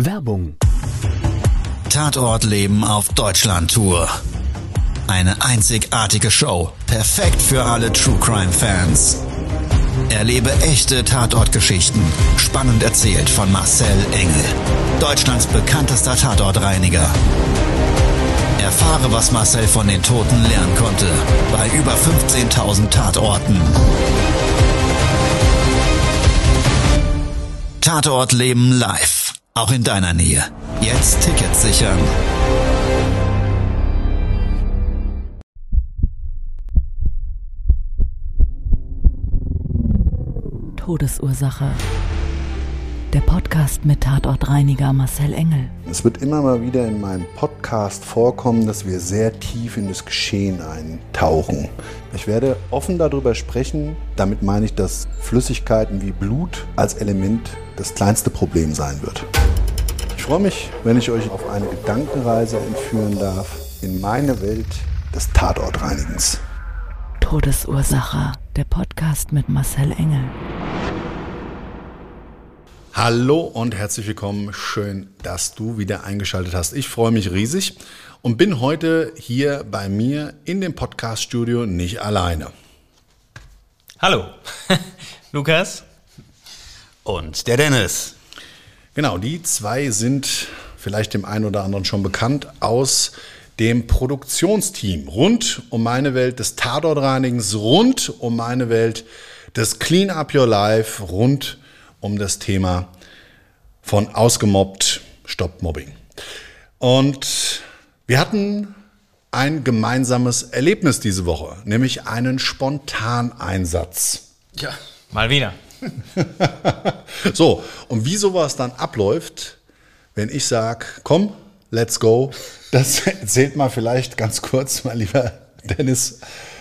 Werbung. Tatortleben auf Deutschland-Tour. Eine einzigartige Show, perfekt für alle True-Crime-Fans. Erlebe echte Tatortgeschichten, spannend erzählt von Marcel Engel, Deutschlands bekanntester Tatortreiniger. Erfahre, was Marcel von den Toten lernen konnte, bei über 15.000 Tatorten. Tatortleben live, auch in deiner Nähe. Jetzt Tickets sichern. Todesursache. Der Podcast mit Tatortreiniger Marcel Engel. Es wird immer mal wieder in meinem Podcast vorkommen, dass wir sehr tief in das Geschehen eintauchen. Ich werde offen darüber sprechen. Damit meine ich, dass Flüssigkeiten wie Blut als Element das kleinste Problem sein wird. Ich freue mich, wenn ich euch auf eine Gedankenreise entführen darf in meine Welt des Tatortreinigens. Todesursache. Der Podcast mit Marcel Engel. Hallo und herzlich willkommen. Schön, dass du wieder eingeschaltet hast. Ich freue mich riesig und bin heute hier bei mir in dem Podcast-Studio nicht alleine. Hallo, Lukas und der Dennis. Genau, die zwei sind vielleicht dem einen oder anderen schon bekannt aus dem Produktionsteam rund um meine Welt des Tatortreinigens, rund um meine Welt des Clean Up Your Life, rund um das Thema von ausgemobbt, Stopp Mobbing. Und wir hatten ein gemeinsames Erlebnis diese Woche, nämlich einen Spontaneinsatz. Ja, mal wieder. So, und wie sowas dann abläuft, wenn ich sage, komm, let's go, das erzählt mal vielleicht ganz kurz, mein lieber Dennis.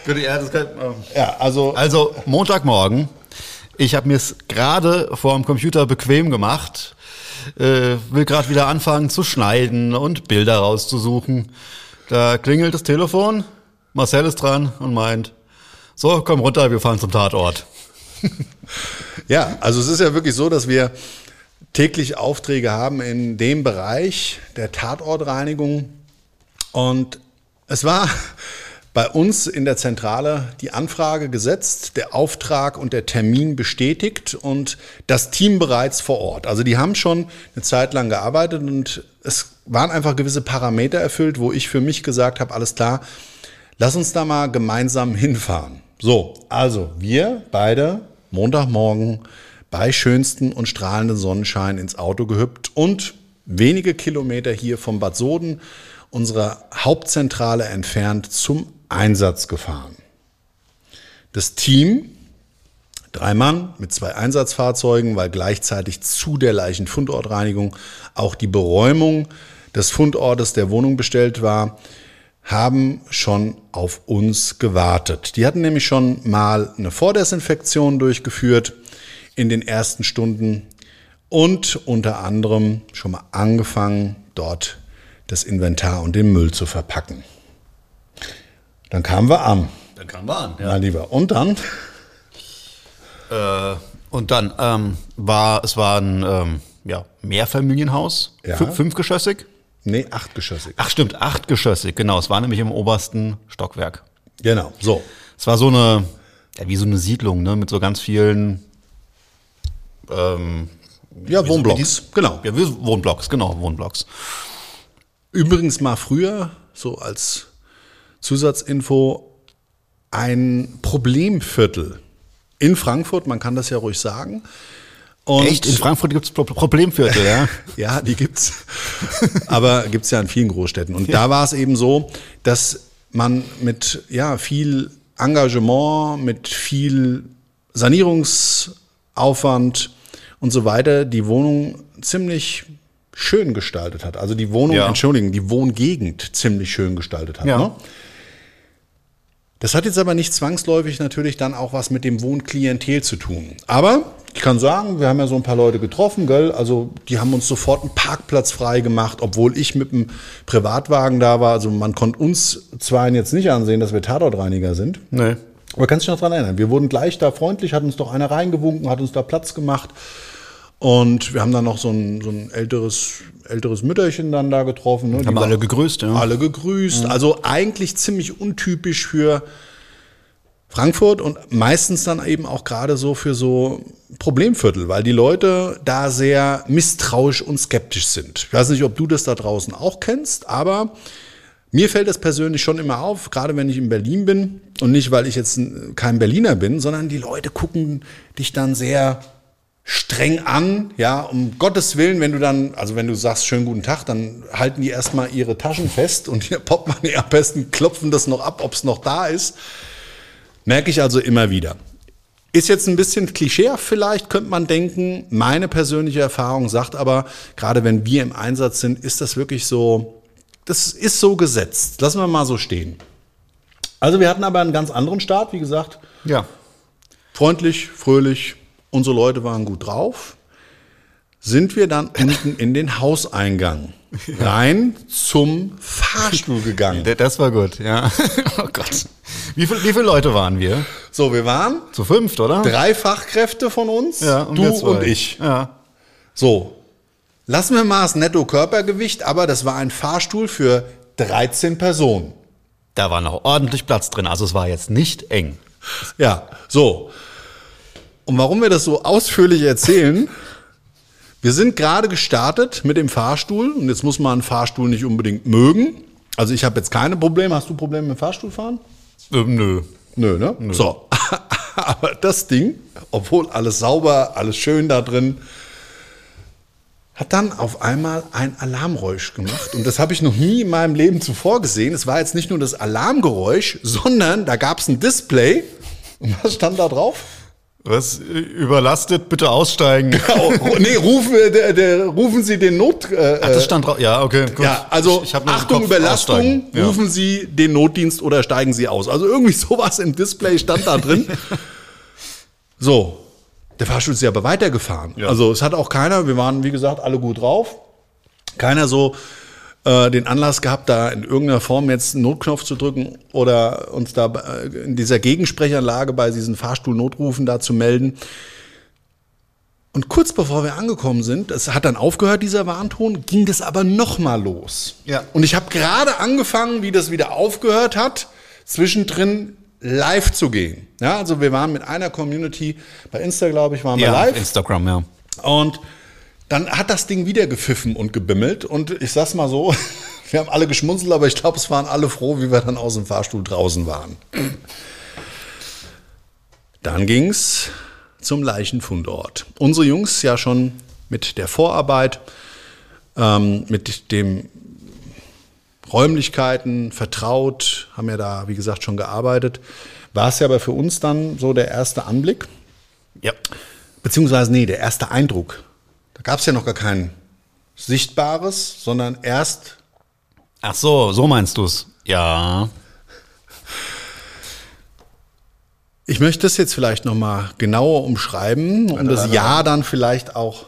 Also Montagmorgen. Ich habe mir es gerade vor dem Computer bequem gemacht, will gerade wieder anfangen zu schneiden und Bilder rauszusuchen. Da klingelt das Telefon, Marcel ist dran und meint, so, komm runter, wir fahren zum Tatort. Ja, also es ist ja wirklich so, dass wir täglich Aufträge haben in dem Bereich der Tatortreinigung. Und es war bei uns in der Zentrale die Anfrage gesetzt, der Auftrag und der Termin bestätigt und das Team bereits vor Ort. Also die haben schon eine Zeit lang gearbeitet und es waren einfach gewisse Parameter erfüllt, wo ich für mich gesagt habe, alles klar, lass uns da mal gemeinsam hinfahren. So, also wir beide Montagmorgen bei schönstem und strahlendem Sonnenschein ins Auto gehüpft und wenige Kilometer hier vom Bad Soden, unserer Hauptzentrale entfernt, zum Einsatz gefahren. Das Team, 3 Mann mit 2 Einsatzfahrzeugen, weil gleichzeitig zu der Leichenfundortreinigung auch die Beräumung des Fundortes der Wohnung bestellt war, haben schon auf uns gewartet. Die hatten nämlich schon mal eine Vordesinfektion durchgeführt in den ersten Stunden und unter anderem schon mal angefangen, dort das Inventar und den Müll zu verpacken. Dann kamen wir an. Ja. Mein Lieber. Und dann? War ein Mehrfamilienhaus, Ja. 5-geschossig. Nee, 8-geschossig. Ach stimmt, 8-geschossig, genau. Es war nämlich im obersten Stockwerk. Genau, so. Es war so eine, wie so eine Siedlung, ne, mit so ganz vielen Wohnblocks. Genau. Ja, Wohnblocks. Übrigens mal früher, so als Zusatzinfo, ein Problemviertel in Frankfurt, man kann das ja ruhig sagen. Und echt? In Frankfurt gibt es Problemviertel, ja? Ja, die gibt's. Aber gibt's ja in vielen Großstädten. Und da war es eben so, dass man mit viel Engagement, mit viel Sanierungsaufwand und so weiter die Wohnung ziemlich schön gestaltet hat. Also die Wohnung, die Wohngegend ziemlich schön gestaltet hat. Ja. Ne? Das hat jetzt aber nicht zwangsläufig natürlich dann auch was mit dem Wohnklientel zu tun. Aber ich kann sagen, wir haben ja so ein paar Leute getroffen, gell? Also die haben uns sofort einen Parkplatz frei gemacht, obwohl ich mit dem Privatwagen da war. Also man konnte uns zwar jetzt nicht ansehen, dass wir Tatortreiniger sind. Nee. Aber kannst du dich noch dran erinnern? Wir wurden gleich da freundlich, hat uns doch einer reingewunken, hat uns da Platz gemacht. Und wir haben dann noch so ein älteres Mütterchen dann da getroffen. Ne? Haben alle gegrüßt, ja. Alle gegrüßt. Also eigentlich ziemlich untypisch für Frankfurt und meistens dann eben auch gerade so für so Problemviertel, weil die Leute da sehr misstrauisch und skeptisch sind. Ich weiß nicht, ob du das da draußen auch kennst, aber mir fällt das persönlich schon immer auf, gerade wenn ich in Berlin bin und nicht, weil ich jetzt kein Berliner bin, sondern die Leute gucken dich dann sehr streng an, ja, um Gottes Willen, wenn du sagst, schönen guten Tag, dann halten die erstmal ihre Taschen fest und ihr Portemonnaie am besten klopfen das noch ab, ob es noch da ist. Merke ich also immer wieder. Ist jetzt ein bisschen klischeehaft vielleicht, könnte man denken. Meine persönliche Erfahrung sagt aber, gerade wenn wir im Einsatz sind, ist das wirklich so, das ist so gesetzt. Lassen wir mal so stehen. Also wir hatten aber einen ganz anderen Start, wie gesagt. Ja. Freundlich, fröhlich, unsere Leute waren gut drauf. Sind wir dann unten in den Hauseingang rein zum Fahrstuhl gegangen. Das war gut, ja. Oh Gott. Wie viele Leute waren wir? So, wir waren Zu 5, oder? 3 Fachkräfte von uns, Ja, und du wir 2. und ich. Ja. So, lassen wir mal das Netto-Körpergewicht, aber das war ein Fahrstuhl für 13 Personen. Da war noch ordentlich Platz drin, also es war jetzt nicht eng. Ja, so. Und warum wir das so ausführlich erzählen, wir sind gerade gestartet mit dem Fahrstuhl und jetzt muss man einen Fahrstuhl nicht unbedingt mögen. Also ich habe jetzt keine Probleme. Hast du Probleme mit dem Fahrstuhlfahren? Nö. Nö, ne? Nö. So. Aber das Ding, obwohl alles sauber, alles schön da drin, hat dann auf einmal ein Alarmgeräusch gemacht. Und das habe ich noch nie in meinem Leben zuvor gesehen. Es war jetzt nicht nur das Alarmgeräusch, sondern da gab es ein Display. Und was stand da drauf? Was? Überlastet, bitte aussteigen. Nee, rufen Sie den Not... Ach, das stand drauf. Ja, okay, gut. Ja, also Ich hab nur im Achtung, Kopf Überlastung, aussteigen. Ja. rufen Sie den Notdienst oder steigen Sie aus. Also irgendwie sowas im Display stand da drin. So, der Fahrstuhl ist ja aber weitergefahren. Ja. Also es hat auch keiner, wir waren wie gesagt alle gut drauf, keiner so den Anlass gehabt, da in irgendeiner Form jetzt einen Notknopf zu drücken oder uns da in dieser Gegensprechanlage bei diesen Fahrstuhlnotrufen da zu melden. Und kurz bevor wir angekommen sind, es hat dann aufgehört, dieser Warnton, ging das aber nochmal los. Ja. Und ich habe gerade angefangen, wie das wieder aufgehört hat, zwischendrin live zu gehen. Ja, also wir waren mit einer Community, bei Insta, glaube ich, waren wir live. Instagram, ja. Und dann hat das Ding wieder gepfiffen und gebimmelt. Und ich sag's mal so, wir haben alle geschmunzelt, aber ich glaube, es waren alle froh, wie wir dann aus dem Fahrstuhl draußen waren. Dann ging's zum Leichenfundort. Unsere Jungs ja schon mit der Vorarbeit, mit den Räumlichkeiten vertraut, haben ja da, wie gesagt, schon gearbeitet. War es ja aber für uns dann so der erste Anblick. Ja. Beziehungsweise, nee, der erste Eindruck. Da gab es ja noch gar kein Sichtbares, sondern erst... Ach so, so meinst du's. Ja. Ich möchte das jetzt vielleicht noch mal genauer umschreiben, um das Jahr dann vielleicht auch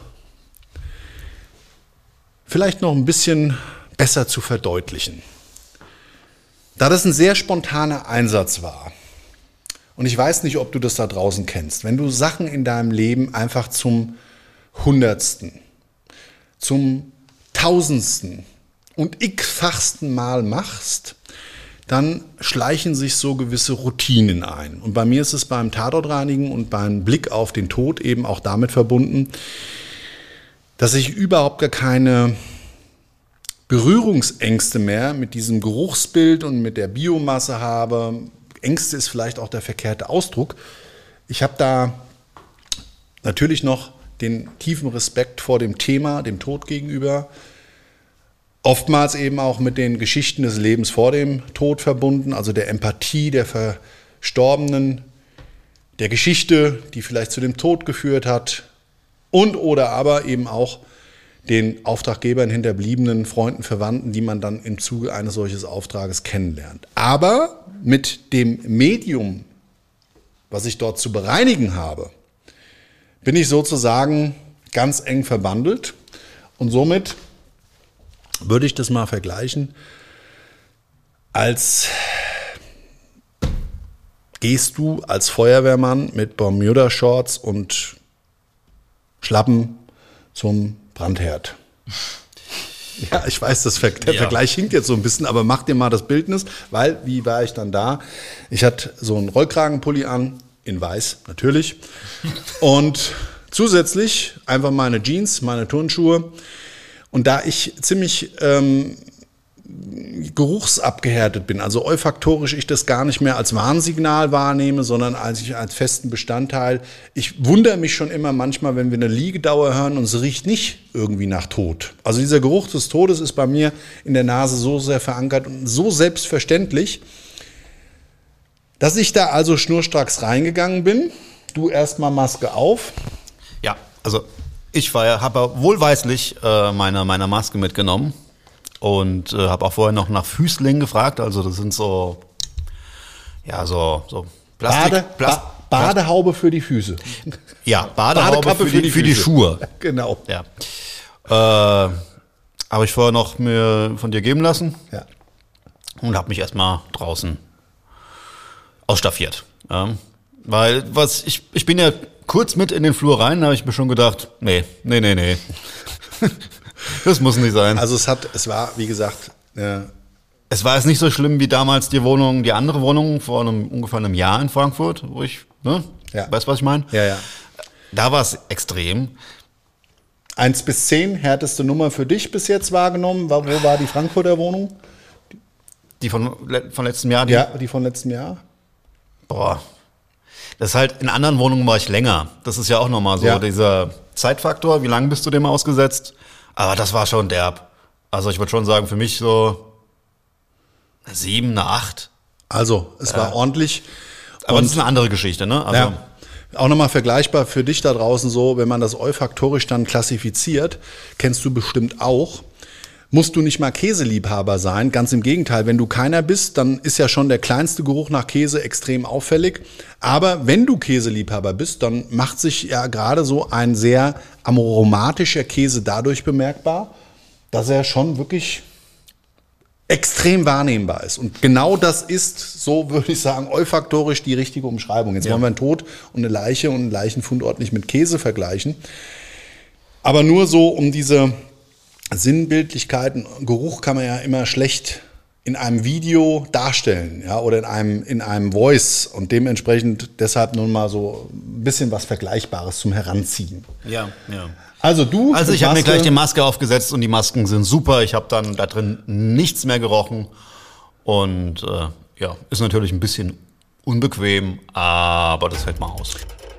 noch ein bisschen besser zu verdeutlichen. Da das ein sehr spontaner Einsatz war, und ich weiß nicht, ob du das da draußen kennst, wenn du Sachen in deinem Leben einfach zum 100., zum 1000. und x-fachsten Mal machst, dann schleichen sich so gewisse Routinen ein. Und bei mir ist es beim Tatortreinigen und beim Blick auf den Tod eben auch damit verbunden, dass ich überhaupt gar keine Berührungsängste mehr mit diesem Geruchsbild und mit der Biomasse habe. Ängste ist vielleicht auch der verkehrte Ausdruck. Ich habe da natürlich noch den tiefen Respekt vor dem Thema, dem Tod gegenüber. Oftmals eben auch mit den Geschichten des Lebens vor dem Tod verbunden, also der Empathie der Verstorbenen, der Geschichte, die vielleicht zu dem Tod geführt hat und oder aber eben auch den Auftraggebern, Hinterbliebenen, Freunden, Verwandten, die man dann im Zuge eines solches Auftrages kennenlernt. Aber mit dem Medium, was ich dort zu bereinigen habe, bin ich sozusagen ganz eng verbandelt und somit würde ich das mal vergleichen, als gehst du als Feuerwehrmann mit Bermuda-Shorts und Schlappen zum Brandherd. Ja, ich weiß, der Vergleich hinkt jetzt so ein bisschen, aber mach dir mal das Bildnis, weil, wie war ich dann da? Ich hatte so einen Rollkragenpulli an, in weiß natürlich, und zusätzlich einfach meine Jeans, meine Turnschuhe. Und da ich ziemlich geruchsabgehärtet bin, also olfaktorisch ich das gar nicht mehr als Warnsignal wahrnehme, sondern als festen Bestandteil. Ich wundere mich schon immer manchmal, wenn wir eine Liegedauer hören und es riecht nicht irgendwie nach Tod. Also dieser Geruch des Todes ist bei mir in der Nase so sehr verankert und so selbstverständlich, dass ich da also schnurstracks reingegangen bin. Du erstmal Maske auf. Ja, also ich habe wohlweislich meine Maske mitgenommen. Und habe auch vorher noch nach Füßlingen gefragt. Also das sind so Plastik. Badehaube für die Füße. Ja, Badehaube für die Schuhe. Genau. Ja. Habe ich vorher noch mir von dir geben lassen. Ja. Und habe mich erstmal draußen ausstaffiert. Ja. Weil ich bin ja kurz mit in den Flur rein, da habe ich mir schon gedacht, nee. Das muss nicht sein. Also es war, wie gesagt, es war jetzt nicht so schlimm wie damals die andere Wohnung vor ungefähr einem Jahr in Frankfurt, wo ich, Ja. Weißt du, was ich meine? Ja. Da war es extrem. 1 bis 10, härteste Nummer für dich bis jetzt wahrgenommen. Wo war die Frankfurter Wohnung? Die von letztem Jahr? Die von letztem Jahr. Boah. Das ist halt, in anderen Wohnungen war ich länger. Das ist ja auch nochmal so, dieser Zeitfaktor. Wie lange bist du dem ausgesetzt? Aber das war schon derb. Also ich würde schon sagen, für mich so eine 7, eine 8. Also, es war ordentlich. Aber das ist eine andere Geschichte, ne? Also, ja. Auch nochmal vergleichbar für dich da draußen so, wenn man das olfaktorisch dann klassifiziert, kennst du bestimmt auch, musst du nicht mal Käseliebhaber sein. Ganz im Gegenteil, wenn du keiner bist, dann ist ja schon der kleinste Geruch nach Käse extrem auffällig. Aber wenn du Käseliebhaber bist, dann macht sich ja gerade so ein sehr aromatischer Käse dadurch bemerkbar, dass er schon wirklich extrem wahrnehmbar ist. Und genau das ist, so würde ich sagen, olfaktorisch die richtige Umschreibung. Jetzt wollen wir einen Tod und eine Leiche und einen Leichenfundort nicht mit Käse vergleichen. Aber nur so um diese Sinnbildlichkeiten, Geruch kann man ja immer schlecht in einem Video darstellen, ja, oder in einem Voice und dementsprechend deshalb nun mal so ein bisschen was Vergleichbares zum Heranziehen. Ja. Also ich habe mir gleich die Maske aufgesetzt und die Masken sind super. Ich habe dann da drin nichts mehr gerochen und ist natürlich ein bisschen unbequem, aber das hält mal aus.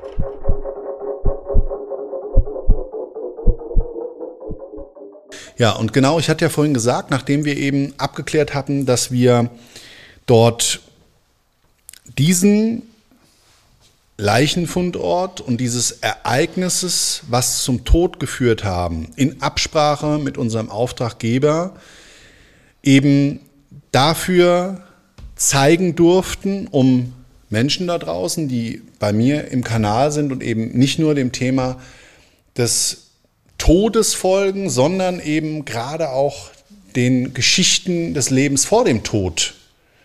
Ja, und genau, ich hatte ja vorhin gesagt, nachdem wir eben abgeklärt hatten, dass wir dort diesen Leichenfundort und dieses Ereignisses, was zum Tod geführt haben, in Absprache mit unserem Auftraggeber eben dafür zeigen durften, um Menschen da draußen, die bei mir im Kanal sind und eben nicht nur dem Thema des Todes folgen, sondern eben gerade auch den Geschichten des Lebens vor dem Tod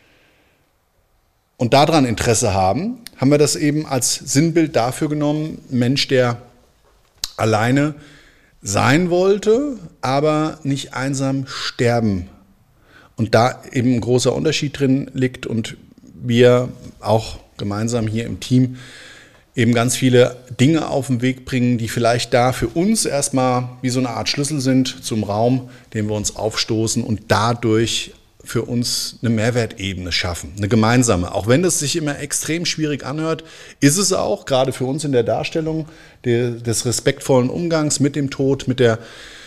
und daran Interesse haben wir das eben als Sinnbild dafür genommen, ein Mensch, der alleine sein wollte, aber nicht einsam sterben. Und da eben ein großer Unterschied drin liegt und wir auch gemeinsam hier im Team eben ganz viele Dinge auf den Weg bringen, die vielleicht da für uns erstmal wie so eine Art Schlüssel sind zum Raum, den wir uns aufstoßen und dadurch für uns eine Mehrwertebene schaffen, eine gemeinsame. Auch wenn das sich immer extrem schwierig anhört, ist es auch, gerade für uns in der Darstellung des respektvollen Umgangs mit dem Tod, mit dem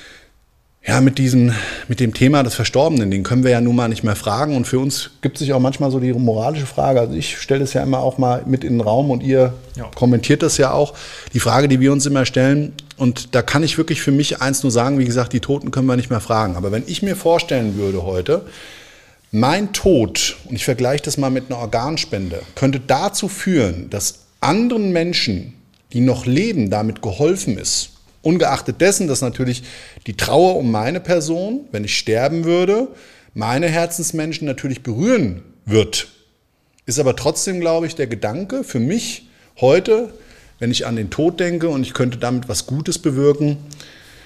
Thema des Verstorbenen, den können wir ja nun mal nicht mehr fragen. Und für uns gibt es sich auch manchmal so die moralische Frage. Also ich stelle es ja immer auch mal mit in den Raum und ihr kommentiert das ja auch. Die Frage, die wir uns immer stellen, und da kann ich wirklich für mich eins nur sagen, wie gesagt, die Toten können wir nicht mehr fragen. Aber wenn ich mir vorstellen würde heute, mein Tod, und ich vergleiche das mal mit einer Organspende, könnte dazu führen, dass anderen Menschen, die noch leben, damit geholfen ist. Ungeachtet dessen, dass natürlich die Trauer um meine Person, wenn ich sterben würde, meine Herzensmenschen natürlich berühren wird. Ist aber trotzdem, glaube ich, der Gedanke für mich heute, wenn ich an den Tod denke und ich könnte damit was Gutes bewirken,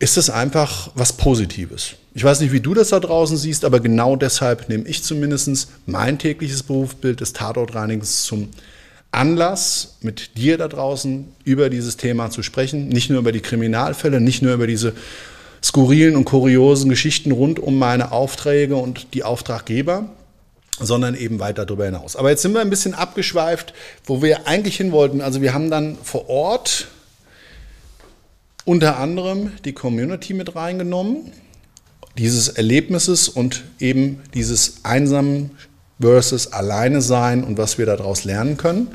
ist es einfach was Positives. Ich weiß nicht, wie du das da draußen siehst, aber genau deshalb nehme ich zumindest mein tägliches Berufsbild des Tatortreinigens zum Anlass, mit dir da draußen über dieses Thema zu sprechen. Nicht nur über die Kriminalfälle, nicht nur über diese skurrilen und kuriosen Geschichten rund um meine Aufträge und die Auftraggeber, sondern eben weiter darüber hinaus. Aber jetzt sind wir ein bisschen abgeschweift, wo wir eigentlich hin wollten. Also wir haben dann vor Ort unter anderem die Community mit reingenommen, dieses Erlebnisses und eben dieses Einsam versus Alleine sein und was wir daraus lernen können.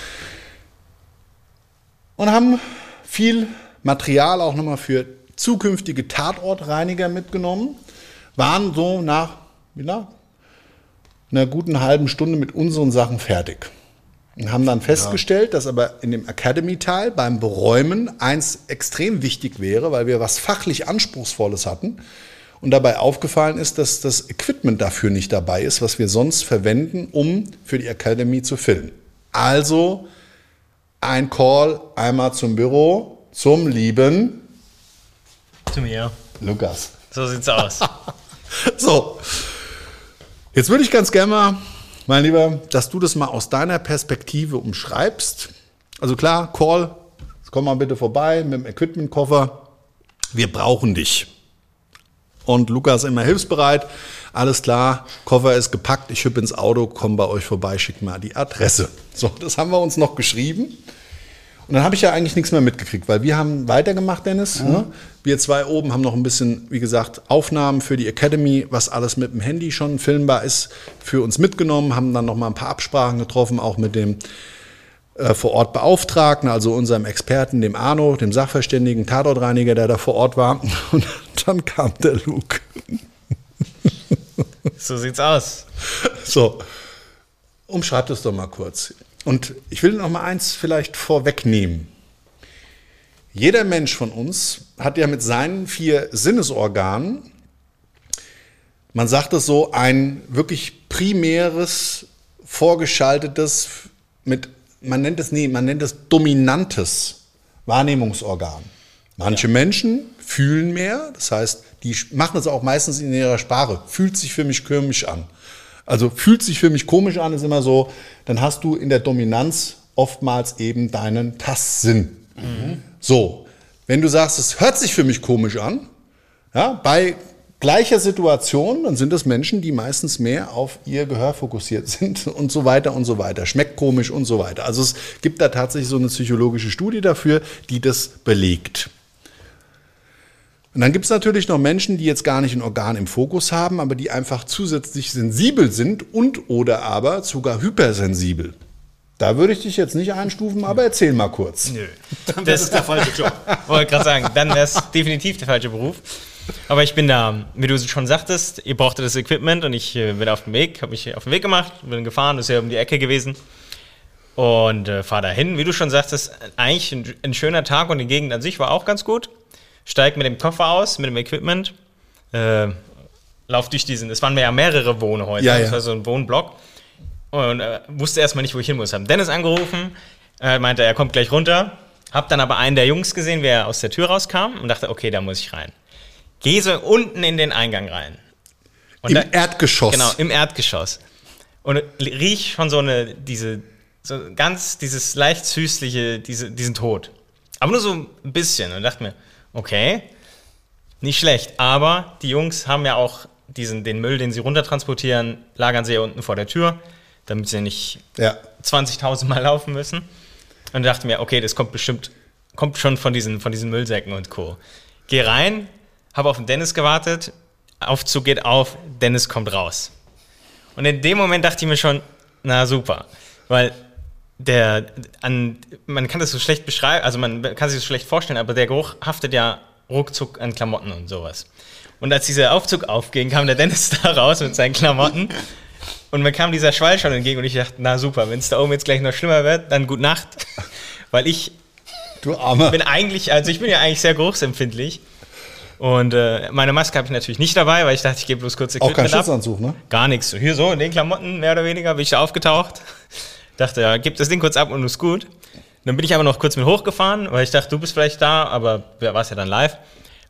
Und haben viel Material auch nochmal für zukünftige Tatortreiniger mitgenommen, waren so nach einer guten halben Stunde mit unseren Sachen fertig. Und haben dann festgestellt, dass aber in dem Academy-Teil beim Beräumen eins extrem wichtig wäre, weil wir was fachlich Anspruchsvolles hatten. Und dabei aufgefallen ist, dass das Equipment dafür nicht dabei ist, was wir sonst verwenden, um für die Academy zu filmen. Also ein Call einmal zum Büro, zum lieben Zu mir. Lukas. So sieht's aus. So, jetzt würde ich ganz gerne mal, mein Lieber, dass du das mal aus deiner Perspektive umschreibst. Also klar, Call, komm mal bitte vorbei mit dem Equipment-Koffer. Wir brauchen dich. Und Lukas immer hilfsbereit. Alles klar, Koffer ist gepackt, ich hüppe ins Auto, komm bei euch vorbei, schick mal die Adresse. So, das haben wir uns noch geschrieben. Und dann habe ich ja eigentlich nichts mehr mitgekriegt, weil wir haben weitergemacht, Dennis. Ne? Wir zwei oben haben noch ein bisschen, wie gesagt, Aufnahmen für die Academy, was alles mit dem Handy schon filmbar ist, für uns mitgenommen, haben dann noch mal ein paar Absprachen getroffen, auch mit dem vor Ort Beauftragten, also unserem Experten, dem Arno, dem Sachverständigen Tatortreiniger, der da vor Ort war. Und dann kam der Luke. So sieht's aus. So, umschreib das doch mal kurz. Und ich will noch mal eins vielleicht vorwegnehmen. Jeder Mensch von uns hat ja mit seinen 4 Sinnesorganen, man sagt es so, ein wirklich primäres, vorgeschaltetes, man nennt es dominantes Wahrnehmungsorgan. Manche Menschen fühlen mehr, das heißt, die machen es auch meistens in ihrer Sprache, fühlt sich für mich komisch an. Also fühlt sich für mich komisch an, ist immer so, dann hast du in der Dominanz oftmals eben deinen Tastsinn. So, wenn du sagst, es hört sich für mich komisch an, ja, bei gleicher Situation, dann sind es Menschen, die meistens mehr auf ihr Gehör fokussiert sind und so weiter und so weiter. Schmeckt komisch und so weiter. Also es gibt da tatsächlich so eine psychologische Studie dafür, die das belegt. Und dann gibt es natürlich noch Menschen, die jetzt gar nicht ein Organ im Fokus haben, aber die einfach zusätzlich sensibel sind und oder aber sogar hypersensibel. Da würde ich dich jetzt nicht einstufen, aber erzähl mal kurz. Nö. Das ist der falsche Job. Wollte gerade sagen, dann wäre es definitiv der falsche Beruf. Aber ich bin da, wie du schon sagtest, ihr brauchtet das Equipment und ich bin auf dem Weg, habe mich auf den Weg gemacht, bin gefahren, ist ja um die Ecke gewesen und fahre dahin. Wie du schon sagtest, eigentlich ein schöner Tag und die Gegend an sich war auch ganz gut. Steig mit dem Koffer aus, mit dem Equipment, lauf durch es waren ja mehrere Wohnhäuser, Ja. Das war so ein Wohnblock und wusste erstmal nicht, wo ich hin muss. Hab Dennis angerufen, meinte, er kommt gleich runter, hab dann aber einen der Jungs gesehen, wie er aus der Tür rauskam und dachte, okay, da muss ich rein. Gehe so unten in den Eingang rein. Und Erdgeschoss. Genau, im Erdgeschoss. Und riech schon dieses leicht süßliche, diesen Tod. Aber nur so ein bisschen. Und dachte mir, okay, nicht schlecht. Aber die Jungs haben ja auch den Müll, den sie runtertransportieren, lagern sie ja unten vor der Tür, damit sie nicht 20.000 Mal laufen müssen. Und dachte mir, okay, das kommt schon von diesen Müllsäcken und Co. Geh rein, habe auf den Dennis gewartet, Aufzug geht auf, Dennis kommt raus. Und in dem Moment dachte ich mir schon, na super, weil man kann das so schlecht beschreiben, also man kann sich das schlecht vorstellen, aber der Geruch haftet ja ruckzuck an Klamotten und sowas. Und als dieser Aufzug aufging, kam der Dennis da raus mit seinen Klamotten und mir kam dieser Schwall schon entgegen und ich dachte, na super, wenn es da oben jetzt gleich noch schlimmer wird, dann gute Nacht, weil ich Du Armer. bin ja eigentlich sehr geruchsempfindlich. Und meine Maske habe ich natürlich nicht dabei, weil ich dachte, ich gebe bloß kurz Auch kein Equipment ab. Schutzanzug, ne? Gar nichts. Hier so, in den Klamotten, mehr oder weniger, bin ich da aufgetaucht. Dachte, ja, gib das Ding kurz ab und ist gut. Dann bin ich aber noch kurz mit hochgefahren, weil ich dachte, du bist vielleicht da, aber du warst ja dann live.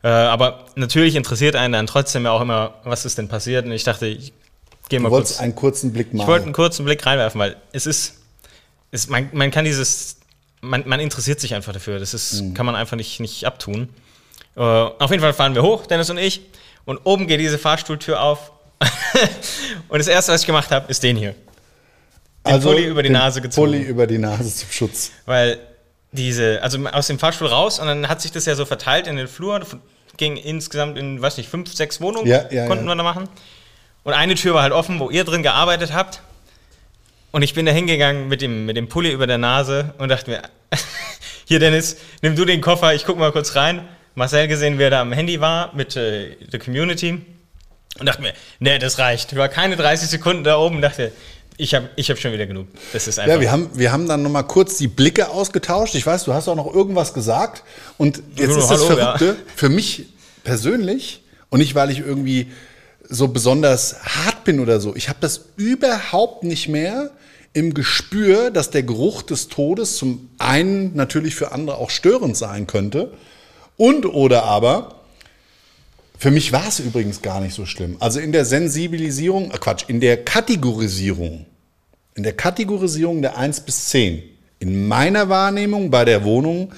Aber natürlich interessiert einen dann trotzdem ja auch immer, was ist denn passiert. Und ich dachte, ich gehe mal kurz. Einen kurzen Blick machen. Ich wollte einen kurzen Blick reinwerfen, weil man kann man interessiert sich einfach dafür. Das kann man einfach nicht abtun. Auf jeden Fall fahren wir hoch, Dennis und ich. Und oben geht diese Fahrstuhltür auf. Und das Erste, was ich gemacht habe, ist den hier. Den Pulli über die Nase gezogen. Pulli über die Nase zum Schutz. Weil also aus dem Fahrstuhl raus und dann hat sich das ja so verteilt in den Flur, ging insgesamt in, 5, 6 Wohnungen, konnten wir da machen. Und eine Tür war halt offen, wo ihr drin gearbeitet habt. Und ich bin da hingegangen mit dem Pulli über der Nase und dachte mir, hier Dennis, nimm du den Koffer, ich guck mal kurz rein. Marcel gesehen, wie er da am Handy war mit der Community und dachte mir, nee, das reicht. Ich war keine 30 Sekunden da oben und dachte, ich hab schon wieder genug. Das ist einfach. Ja, wir haben dann nochmal kurz die Blicke ausgetauscht. Ich weiß, du hast auch noch irgendwas gesagt. Und jetzt ist das Verrückte für mich persönlich und nicht, weil ich irgendwie so besonders hart bin oder so. Ich habe das überhaupt nicht mehr im Gespür, dass der Geruch des Todes zum einen natürlich für andere auch störend sein könnte oder aber für mich war es übrigens gar nicht so schlimm. Also in der Sensibilisierung, in der Kategorisierung der 1 bis 10, in meiner Wahrnehmung bei der Wohnung,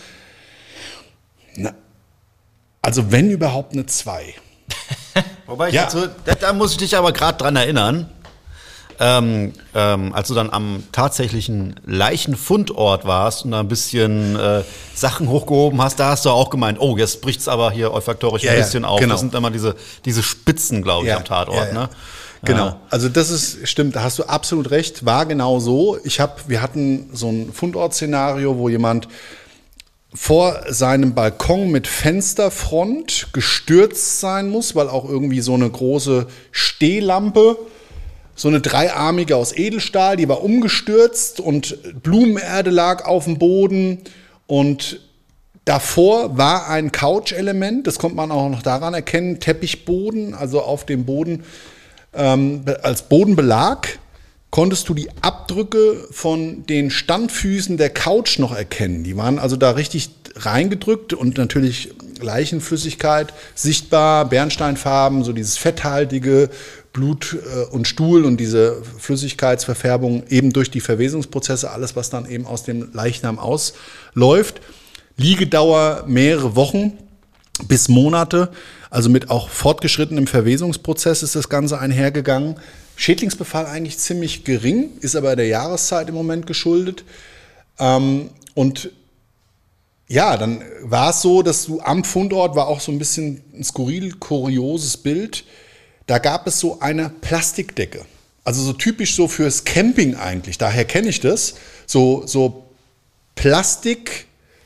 also wenn überhaupt eine 2. Wobei da muss ich dich aber gerade dran erinnern, als du dann am tatsächlichen Leichenfundort warst und da ein bisschen Sachen hochgehoben hast, da hast du auch gemeint, oh, jetzt bricht es aber hier olfaktorisch ein bisschen auf. Genau. Das sind immer diese Spitzen, glaube ich, am Tatort. Ne? Genau, also stimmt, da hast du absolut recht, war genau so. Wir hatten so ein Fundort-Szenario, wo jemand vor seinem Balkon mit Fensterfront gestürzt sein muss, weil auch irgendwie so eine große Stehlampe, so eine dreiarmige aus Edelstahl, die war umgestürzt und Blumenerde lag auf dem Boden und davor war ein Couch-Element, das konnte man auch noch daran erkennen, Teppichboden, also auf dem Boden als Bodenbelag konntest du die Abdrücke von den Standfüßen der Couch noch erkennen. Die waren also da richtig reingedrückt und natürlich Leichenflüssigkeit sichtbar, Bernsteinfarben, so dieses fetthaltige Blut und Stuhl und diese Flüssigkeitsverfärbung eben durch die Verwesungsprozesse, alles, was dann eben aus dem Leichnam ausläuft. Liegedauer mehrere Wochen bis Monate, also mit auch fortgeschrittenem Verwesungsprozess ist das Ganze einhergegangen. Schädlingsbefall eigentlich ziemlich gering, ist aber der Jahreszeit im Moment geschuldet. Und ja, dann war es so, dass du am Fundort war auch so ein bisschen ein skurril, kurioses Bild. Da gab es so eine Plastikdecke. Also so typisch so fürs Camping eigentlich. Daher kenne ich das. So Plastik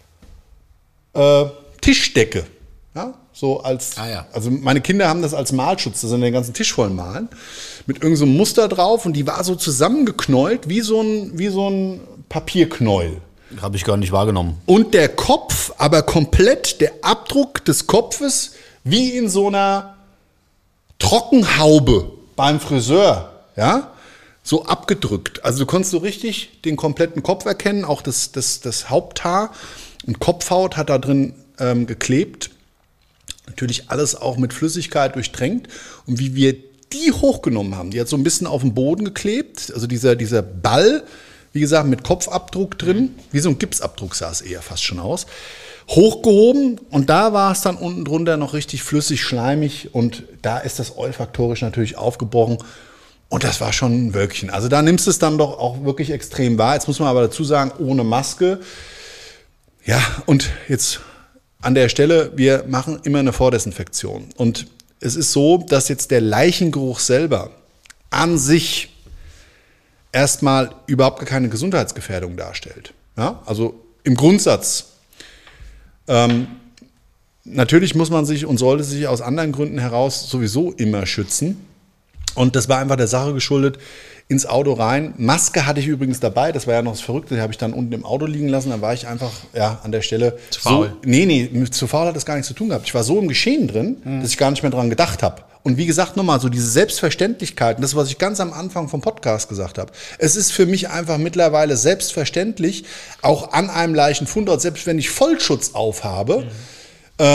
Tischdecke. Ja? So als, Also meine Kinder haben das als Malschutz, dass sie den ganzen Tisch voll malen. Mit irgendeinem so Muster drauf und die war so zusammengeknäult wie so ein Papierknäuel. Habe ich gar nicht wahrgenommen. Und der Kopf, aber komplett der Abdruck des Kopfes wie in so einer Trockenhaube beim Friseur, ja, so abgedrückt. Also du konntest so richtig den kompletten Kopf erkennen, auch das Haupthaar und Kopfhaut hat da drin geklebt. Natürlich alles auch mit Flüssigkeit durchtränkt. Und wie wir die hochgenommen haben, die hat so ein bisschen auf dem Boden geklebt, also dieser Ball, wie gesagt, mit Kopfabdruck drin, wie so ein Gipsabdruck sah es eher fast schon aus, hochgehoben und da war es dann unten drunter noch richtig flüssig, schleimig und da ist das olfaktorisch natürlich aufgebrochen und das war schon ein Wölkchen. Also da nimmst du es dann doch auch wirklich extrem wahr. Jetzt muss man aber dazu sagen, ohne Maske. Ja, und jetzt an der Stelle, wir machen immer eine Vordesinfektion und es ist so, dass jetzt der Leichengeruch selber an sich erstmal überhaupt gar keine Gesundheitsgefährdung darstellt. Ja? Also im Grundsatz. Natürlich muss man sich und sollte sich aus anderen Gründen heraus sowieso immer schützen. Und das war einfach der Sache geschuldet, ins Auto rein. Maske hatte ich übrigens dabei, das war ja noch das Verrückte, die habe ich dann unten im Auto liegen lassen. Da war ich einfach an der Stelle zu faul. Zu faul hat das gar nichts zu tun gehabt. Ich war so im Geschehen drin, dass ich gar nicht mehr dran gedacht habe. Und wie gesagt, nochmal so diese Selbstverständlichkeiten, das, was ich ganz am Anfang vom Podcast gesagt habe. Es ist für mich einfach mittlerweile selbstverständlich, auch an einem Leichenfundort, selbst wenn ich Vollschutz aufhabe,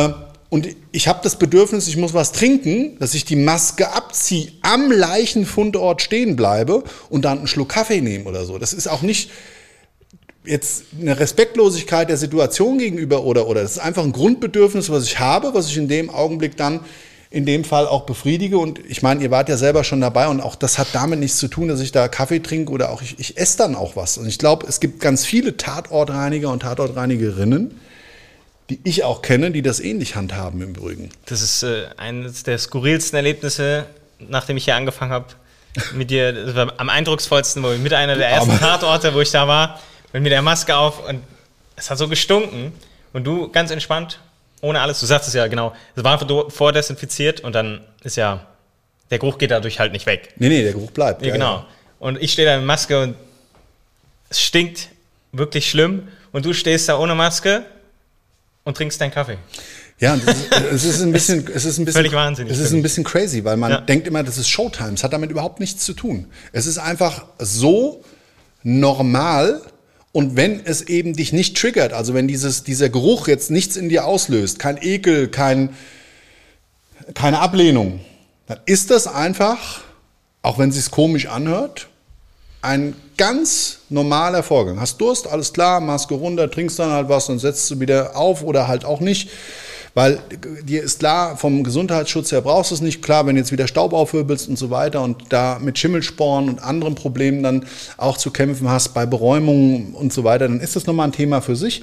und ich habe das Bedürfnis, ich muss was trinken, dass ich die Maske abziehe, am Leichenfundort stehen bleibe und dann einen Schluck Kaffee nehme oder so. Das ist auch nicht jetzt eine Respektlosigkeit der Situation gegenüber oder das ist einfach ein Grundbedürfnis, was ich habe, was ich in dem Augenblick dann in dem Fall auch befriedige. Und ich meine, ihr wart ja selber schon dabei und auch das hat damit nichts zu tun, dass ich da Kaffee trinke oder auch ich esse dann auch was. Und ich glaube, es gibt ganz viele Tatortreiniger und Tatortreinigerinnen, die ich auch kenne, die das ähnlich handhaben im Übrigen. Das ist eines der skurrilsten Erlebnisse, nachdem ich hier angefangen habe mit dir. Das war am eindrucksvollsten, wo ich mit einer der ersten Tatorte, wo ich da war, mit der Maske auf und es hat so gestunken und du ganz entspannt, ohne alles, du sagst es ja genau, es war vordesinfiziert und dann ist ja, der Geruch geht dadurch halt nicht weg. Nee, der Geruch bleibt. Ja, genau. Und ich stehe da mit Maske und es stinkt wirklich schlimm und du stehst da ohne Maske und trinkst deinen Kaffee. Ja, und es ist ein bisschen völlig wahnsinnig. Es ist ein bisschen crazy, weil man denkt immer, das ist Showtime. Es hat damit überhaupt nichts zu tun. Es ist einfach so normal. Und wenn es eben dich nicht triggert, also wenn dieser Geruch jetzt nichts in dir auslöst, kein Ekel, keine Ablehnung, dann ist das einfach, auch wenn es sich komisch anhört, ein ganz normaler Vorgang. Hast Durst, alles klar, Maske runter, trinkst dann halt was und setzt du wieder auf oder halt auch nicht. Weil dir ist klar, vom Gesundheitsschutz her brauchst du es nicht. Klar, wenn du jetzt wieder Staub aufwirbelst und so weiter und da mit Schimmelsporen und anderen Problemen dann auch zu kämpfen hast, bei Beräumungen und so weiter, dann ist das nochmal ein Thema für sich.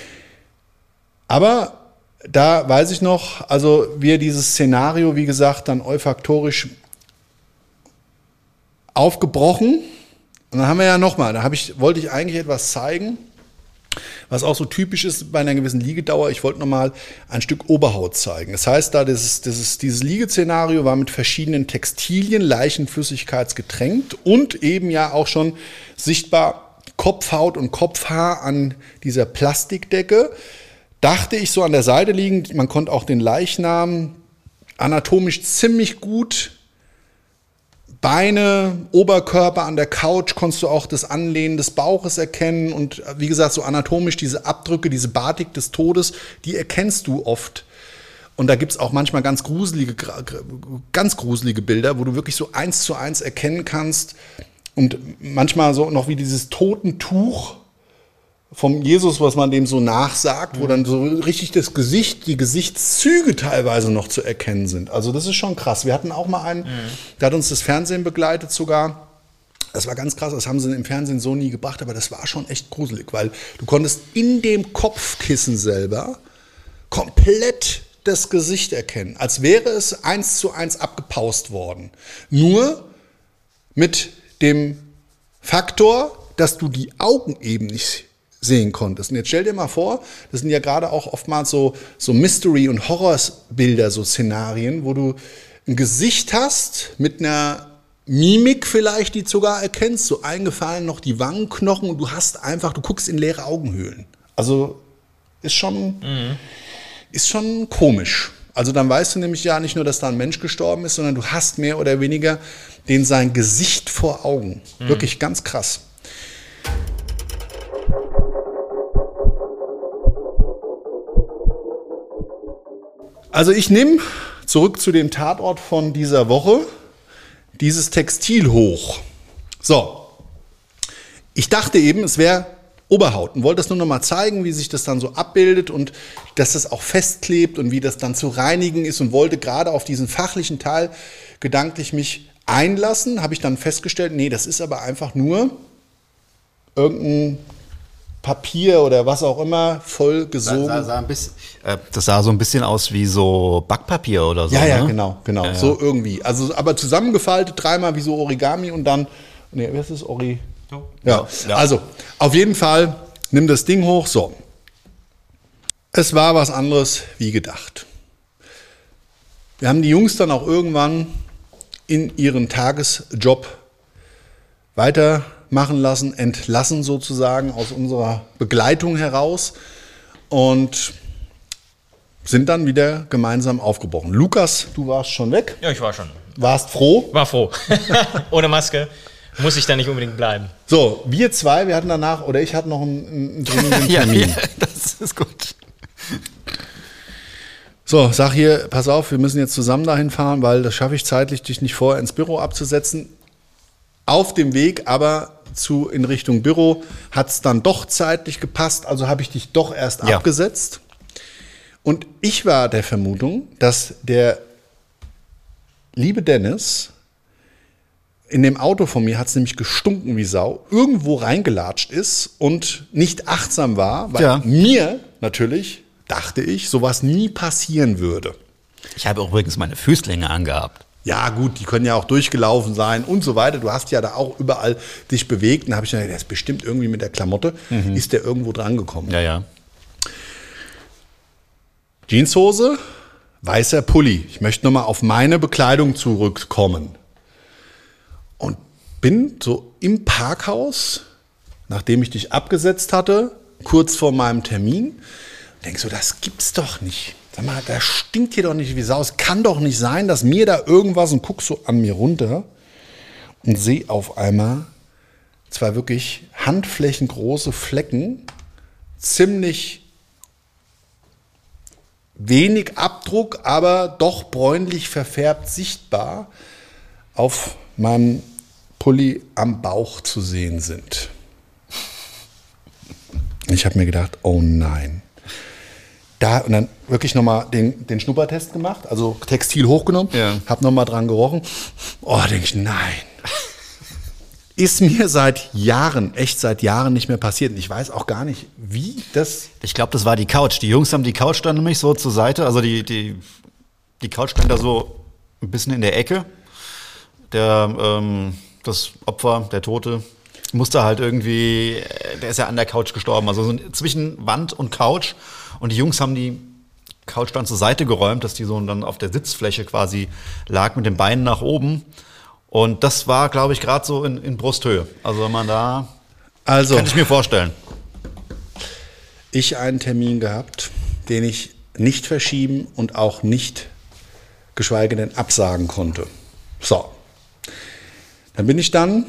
Aber da weiß ich noch, also wir dieses Szenario, wie gesagt, dann olfaktorisch aufgebrochen. Und dann haben wir ja nochmal, wollte ich eigentlich etwas zeigen, was auch so typisch ist bei einer gewissen Liegedauer. Ich wollte nochmal ein Stück Oberhaut zeigen. Das heißt, dieses Liegeszenario war mit verschiedenen Textilien, leichenflüssigkeitsgetränkt und eben ja auch schon sichtbar Kopfhaut und Kopfhaar an dieser Plastikdecke. Dachte ich so an der Seite liegend, man konnte auch den Leichnam anatomisch ziemlich gut Beine, Oberkörper an der Couch, konntest du auch das Anlehnen des Bauches erkennen und wie gesagt, so anatomisch diese Abdrücke, diese Batik des Todes, die erkennst du oft. Und da gibt es auch manchmal ganz gruselige Bilder, wo du wirklich so 1:1 erkennen kannst und manchmal so noch wie dieses Totentuch vom Jesus, was man dem so nachsagt, wo dann so richtig das Gesicht, die Gesichtszüge teilweise noch zu erkennen sind. Also das ist schon krass. Wir hatten auch mal einen, der hat uns das Fernsehen begleitet sogar. Das war ganz krass, das haben sie im Fernsehen so nie gebracht, aber das war schon echt gruselig, weil du konntest in dem Kopfkissen selber komplett das Gesicht erkennen, als wäre es 1:1 abgepaust worden. Nur mit dem Faktor, dass du die Augen eben nicht sehen konntest. Und jetzt stell dir mal vor, das sind ja gerade auch oftmals so Mystery- und Horrorbilder, so Szenarien, wo du ein Gesicht hast mit einer Mimik vielleicht, die du sogar erkennst, so eingefallen noch die Wangenknochen und du guckst in leere Augenhöhlen. Also ist schon komisch. Also dann weißt du nämlich ja nicht nur, dass da ein Mensch gestorben ist, sondern du hast mehr oder weniger sein Gesicht vor Augen. Wirklich ganz krass. Also ich nehme zurück zu dem Tatort von dieser Woche dieses Textil hoch. So, ich dachte eben, es wäre Oberhaut und wollte das nur noch mal zeigen, wie sich das dann so abbildet und dass das auch festklebt und wie das dann zu reinigen ist und wollte gerade auf diesen fachlichen Teil gedanklich mich einlassen. Habe ich dann festgestellt, nee, das ist aber einfach nur irgendein Papier oder was auch immer, voll gesogen. Das sah so ein bisschen aus wie so Backpapier oder so. Ja, ne? genau. Ja. So irgendwie. Also, aber zusammengefaltet, dreimal wie so Origami und dann, wie heißt das? Ja. Also, auf jeden Fall, nimm das Ding hoch, so. Es war was anderes wie gedacht. Wir haben die Jungs dann auch irgendwann in ihren Tagesjob weitermachen lassen, entlassen sozusagen aus unserer Begleitung heraus und sind dann wieder gemeinsam aufgebrochen. Lukas, du warst schon weg. Ja, ich war schon. Warst froh? War froh. Ohne Maske muss ich da nicht unbedingt bleiben. So, wir zwei, wir hatten danach, oder ich hatte noch einen dringenden Termin. Ja, das ist gut. So, sag hier, pass auf, wir müssen jetzt zusammen dahin fahren, weil das schaffe ich zeitlich, dich nicht vorher ins Büro abzusetzen. Auf dem Weg aber in Richtung Büro hat es dann doch zeitlich gepasst, also habe ich dich doch erst abgesetzt. Und ich war der Vermutung, dass der liebe Dennis, in dem Auto von mir hat es nämlich gestunken wie Sau, irgendwo reingelatscht ist und nicht achtsam war, weil mir natürlich, dachte ich, sowas nie passieren würde. Ich habe übrigens meine Füßlinge angehabt. Ja gut, die können ja auch durchgelaufen sein und so weiter. Du hast ja da auch überall dich bewegt. Und da habe ich gedacht, der ist bestimmt irgendwie mit der Klamotte, ist der irgendwo dran gekommen. Ja. Jeanshose, weißer Pulli. Ich möchte nochmal auf meine Bekleidung zurückkommen. Und bin so im Parkhaus, nachdem ich dich abgesetzt hatte, kurz vor meinem Termin, denke so, das gibt's doch nicht. Sag mal, da stinkt hier doch nicht wie Sau. Es kann doch nicht sein, dass mir da irgendwas, und guck so an mir runter und sehe auf einmal zwei wirklich handflächengroße Flecken, ziemlich wenig Abdruck, aber doch bräunlich verfärbt sichtbar auf meinem Pulli am Bauch zu sehen sind. Ich habe mir gedacht, oh nein. Und dann wirklich nochmal den Schnuppertest gemacht, also Textil hochgenommen, habe nochmal dran gerochen. Oh, denke ich, nein. Ist mir seit Jahren nicht mehr passiert. Und ich weiß auch gar nicht, wie das... Ich glaube, das war die Couch. Die Jungs haben die Couch dann nämlich so zur Seite. Also die Couch stand da so ein bisschen in der Ecke. Das Opfer, der Tote, musste halt irgendwie... Der ist ja an der Couch gestorben. Also so zwischen Wand und Couch. Und die Jungs haben die Couch dann zur Seite geräumt, dass die so dann auf der Sitzfläche quasi lag mit den Beinen nach oben. Und das war, glaube ich, gerade so in Brusthöhe. Also wenn man da, kann ich mir vorstellen. Ich einen Termin gehabt, den ich nicht verschieben und auch nicht, geschweige denn absagen konnte. So, dann bin ich dann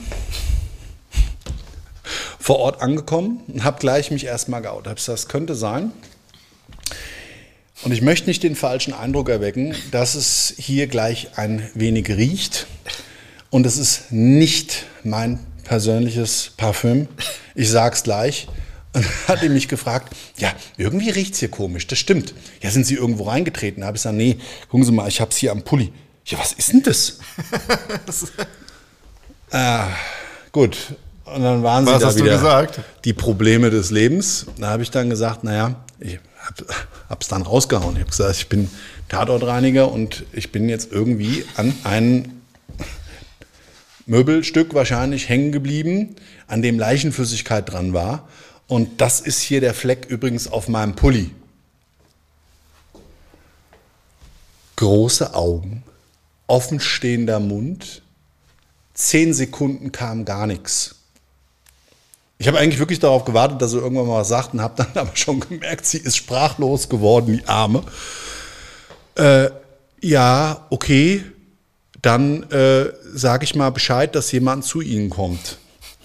vor Ort angekommen und habe gleich mich erstmal geoutet. Das könnte sein. Und ich möchte nicht den falschen Eindruck erwecken, dass es hier gleich ein wenig riecht. Und es ist nicht mein persönliches Parfüm. Ich sag's gleich. Und dann hat er mich gefragt, ja, irgendwie riecht's hier komisch. Das stimmt. Ja, sind Sie irgendwo reingetreten? Da habe ich gesagt, nee, gucken Sie mal, ich hab's hier am Pulli. Ja, was ist denn das? Gut. Und dann waren sie da wieder gesagt? Die Probleme des Lebens. Da habe ich dann gesagt, naja, ich habe es dann rausgehauen. Ich habe gesagt, ich bin Tatortreiniger und ich bin jetzt irgendwie an ein Möbelstück wahrscheinlich hängen geblieben, an dem Leichenflüssigkeit dran war. Und das ist hier der Fleck übrigens auf meinem Pulli. Große Augen, offenstehender Mund, 10 Sekunden kam gar nichts. Ich habe eigentlich wirklich darauf gewartet, dass er irgendwann mal was sagt und habe dann aber schon gemerkt, sie ist sprachlos geworden, die Arme. Ja, okay, dann sage ich mal Bescheid, dass jemand zu Ihnen kommt.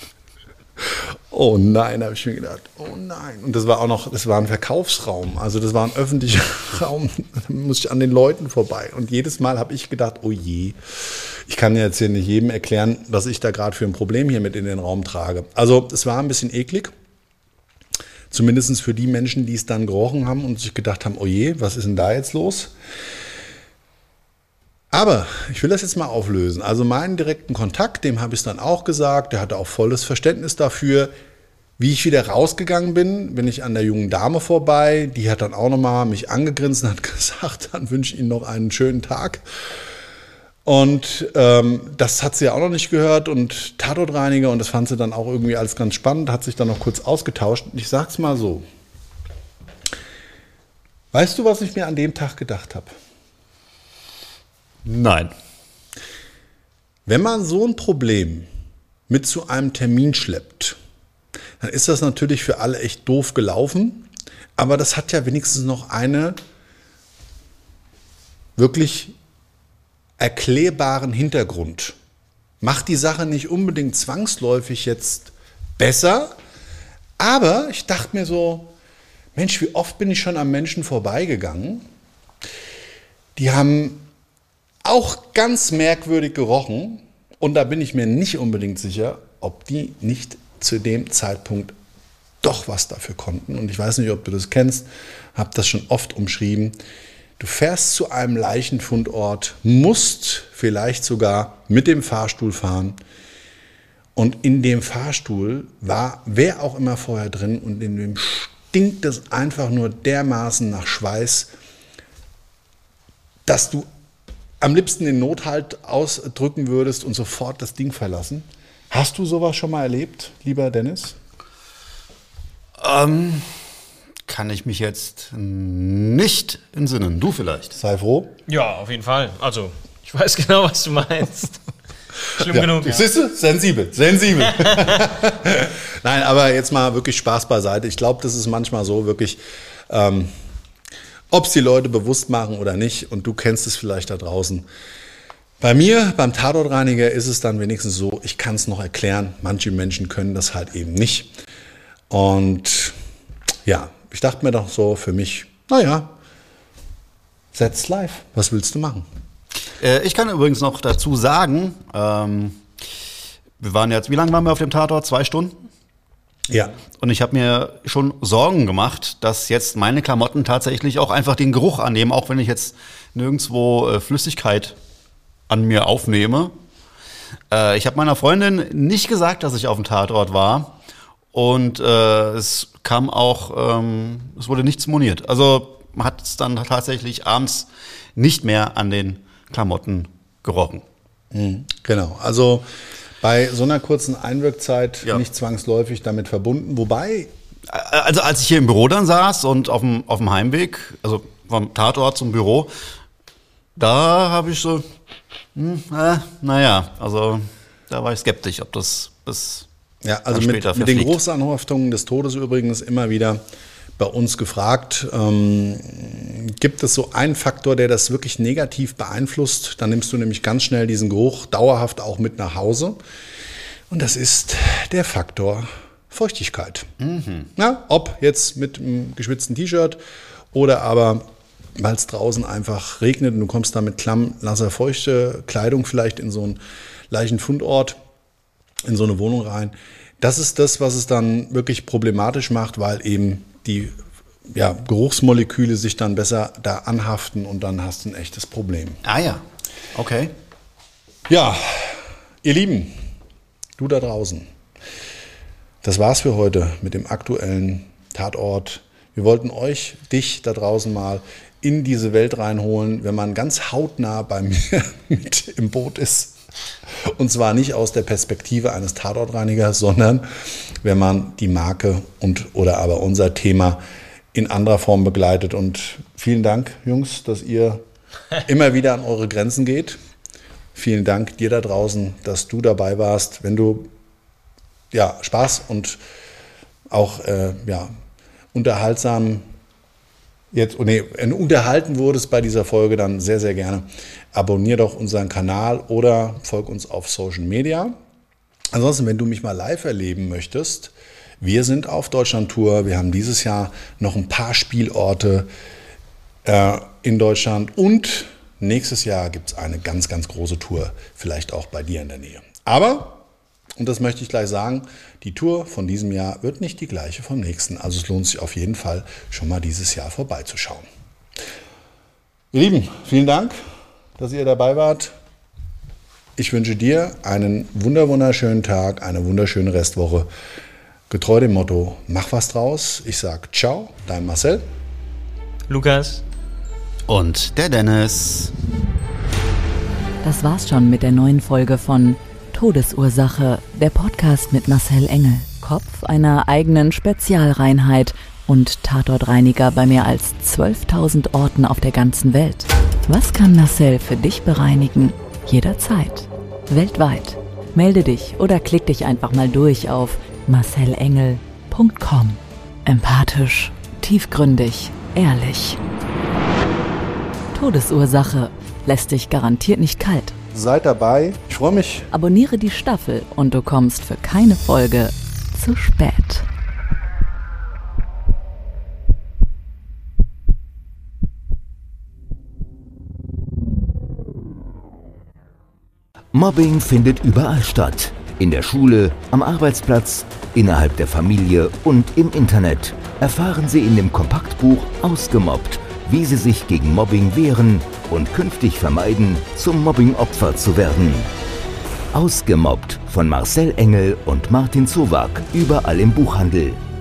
Oh nein, habe ich mir gedacht, oh nein. Und das war ein Verkaufsraum, also das war ein öffentlicher Raum, da muss ich an den Leuten vorbei. Und jedes Mal habe ich gedacht, oh je, ich kann jetzt hier nicht jedem erklären, was ich da gerade für ein Problem hier mit in den Raum trage. Also es war ein bisschen eklig, zumindest für die Menschen, die es dann gerochen haben und sich gedacht haben, oh je, was ist denn da jetzt los? Aber ich will das jetzt mal auflösen. Also meinen direkten Kontakt, dem habe ich es dann auch gesagt, der hatte auch volles Verständnis dafür. Wie ich wieder rausgegangen bin ich an der jungen Dame vorbei. Die hat dann auch nochmal mich angegrinst und hat gesagt, dann wünsche ich Ihnen noch einen schönen Tag. Und das hat sie ja auch noch nicht gehört und Tatortreiniger, und das fand sie dann auch irgendwie alles ganz spannend, hat sich dann noch kurz ausgetauscht. Und ich sag's mal so. Weißt du, was ich mir an dem Tag gedacht habe? Nein. Wenn man so ein Problem mit zu einem Termin schleppt, dann ist das natürlich für alle echt doof gelaufen. Aber das hat ja wenigstens noch eine wirklich erklärbaren Hintergrund. Macht die Sache nicht unbedingt zwangsläufig jetzt besser, aber ich dachte mir so, Mensch, wie oft bin ich schon am Menschen vorbeigegangen, Die haben auch ganz merkwürdig gerochen. Und da bin ich mir nicht unbedingt sicher, ob die nicht zu dem Zeitpunkt doch was dafür konnten. Und ich weiß nicht, ob du das kennst, habe das schon oft umschrieben. Du fährst zu einem Leichenfundort, musst vielleicht sogar mit dem Fahrstuhl fahren. Und in dem Fahrstuhl war wer auch immer vorher drin und in dem stinkt es einfach nur dermaßen nach Schweiß, dass du am liebsten den Nothalt ausdrücken würdest und sofort das Ding verlassen. Hast du sowas schon mal erlebt, lieber Dennis? Kann ich mich jetzt nicht entsinnen. Du vielleicht? Sei froh. Ja, auf jeden Fall. Also, ich weiß genau, was du meinst. Schlimm genug. Ja. Siehst du? Sensibel. Nein, aber jetzt mal wirklich Spaß beiseite. Ich glaube, das ist manchmal so wirklich, ob es die Leute bewusst machen oder nicht, und du kennst es vielleicht da draußen. Bei mir, beim Tatortreiniger, ist es dann wenigstens so, ich kann es noch erklären. Manche Menschen können das halt eben nicht. Und ja, ich dachte mir doch so für mich, naja, that's live. Was willst du machen? Ich kann übrigens noch dazu sagen, wir waren jetzt, wie lange waren wir auf dem Tatort? 2 Stunden? Ja. Und ich habe mir schon Sorgen gemacht, dass jetzt meine Klamotten tatsächlich auch einfach den Geruch annehmen, auch wenn ich jetzt nirgendwo Flüssigkeit an mir aufnehme. Ich habe meiner Freundin nicht gesagt, dass ich auf dem Tatort war. Und es kam auch, es wurde nichts moniert. Also man hat es dann tatsächlich abends nicht mehr an den Klamotten gerochen. Genau, also bei so einer kurzen Einwirkzeit nicht zwangsläufig damit verbunden. Wobei... Also als ich hier im Büro dann saß und auf dem Heimweg, also vom Tatort zum Büro, da habe ich so, also da war ich skeptisch, ob das bis... Ja, also mit den Geruchsanhaftungen des Todes übrigens immer wieder bei uns gefragt. Gibt es so einen Faktor, der das wirklich negativ beeinflusst? Dann nimmst du nämlich ganz schnell diesen Geruch dauerhaft auch mit nach Hause. Und das ist der Faktor Feuchtigkeit. Ja, ob jetzt mit einem geschwitzten T-Shirt oder aber, weil es draußen einfach regnet und du kommst da mit klamm, nasser, feuchte Kleidung vielleicht in so einen Leichenfundort, in so eine Wohnung rein. Das ist das, was es dann wirklich problematisch macht, weil eben die Geruchsmoleküle sich dann besser da anhaften und dann hast du ein echtes Problem. Ah ja, okay. Ja, ihr Lieben, du da draußen, das war's für heute mit dem aktuellen Tatort. Wir wollten dich da draußen mal in diese Welt reinholen, wenn man ganz hautnah bei mir mit im Boot ist. Und zwar nicht aus der Perspektive eines Tatortreinigers, sondern wenn man die Marke oder aber unser Thema in anderer Form begleitet. Und vielen Dank, Jungs, dass ihr immer wieder an eure Grenzen geht. Vielen Dank dir da draußen, dass du dabei warst. Wenn du Spaß und auch unterhalten wurdest bei dieser Folge, dann sehr, sehr gerne. Abonnier doch unseren Kanal oder folg uns auf Social Media. Ansonsten, wenn du mich mal live erleben möchtest, wir sind auf Deutschland-Tour. Wir haben dieses Jahr noch ein paar Spielorte in Deutschland und nächstes Jahr gibt es eine ganz, ganz große Tour, vielleicht auch bei dir in der Nähe. Aber, und das möchte ich gleich sagen, die Tour von diesem Jahr wird nicht die gleiche vom nächsten. Also es lohnt sich auf jeden Fall, schon mal dieses Jahr vorbeizuschauen. Ihr Lieben, vielen Dank, dass ihr dabei wart. Ich wünsche dir einen wunderschönen Tag, eine wunderschöne Restwoche. Getreu dem Motto, mach was draus. Ich sag ciao, dein Marcel. Lukas. Und der Dennis. Das war's schon mit der neuen Folge von Todesursache, der Podcast mit Marcel Engel, Kopf einer eigenen Spezialreinheit und Tatortreiniger bei mehr als 12.000 Orten auf der ganzen Welt. Was kann Marcel für dich bereinigen? Jederzeit. Weltweit. Melde dich oder klick dich einfach mal durch auf marcelengel.com. Empathisch, tiefgründig, ehrlich. Todesursache lässt dich garantiert nicht kalt. Seid dabei. Ich freue mich. Abonniere die Staffel und du kommst für keine Folge zu spät. Mobbing findet überall statt. In der Schule, am Arbeitsplatz, innerhalb der Familie und im Internet. Erfahren Sie in dem Kompaktbuch Ausgemobbt, wie Sie sich gegen Mobbing wehren und künftig vermeiden, zum Mobbing-Opfer zu werden. Ausgemobbt von Marcel Engel und Martin Zowak, überall im Buchhandel.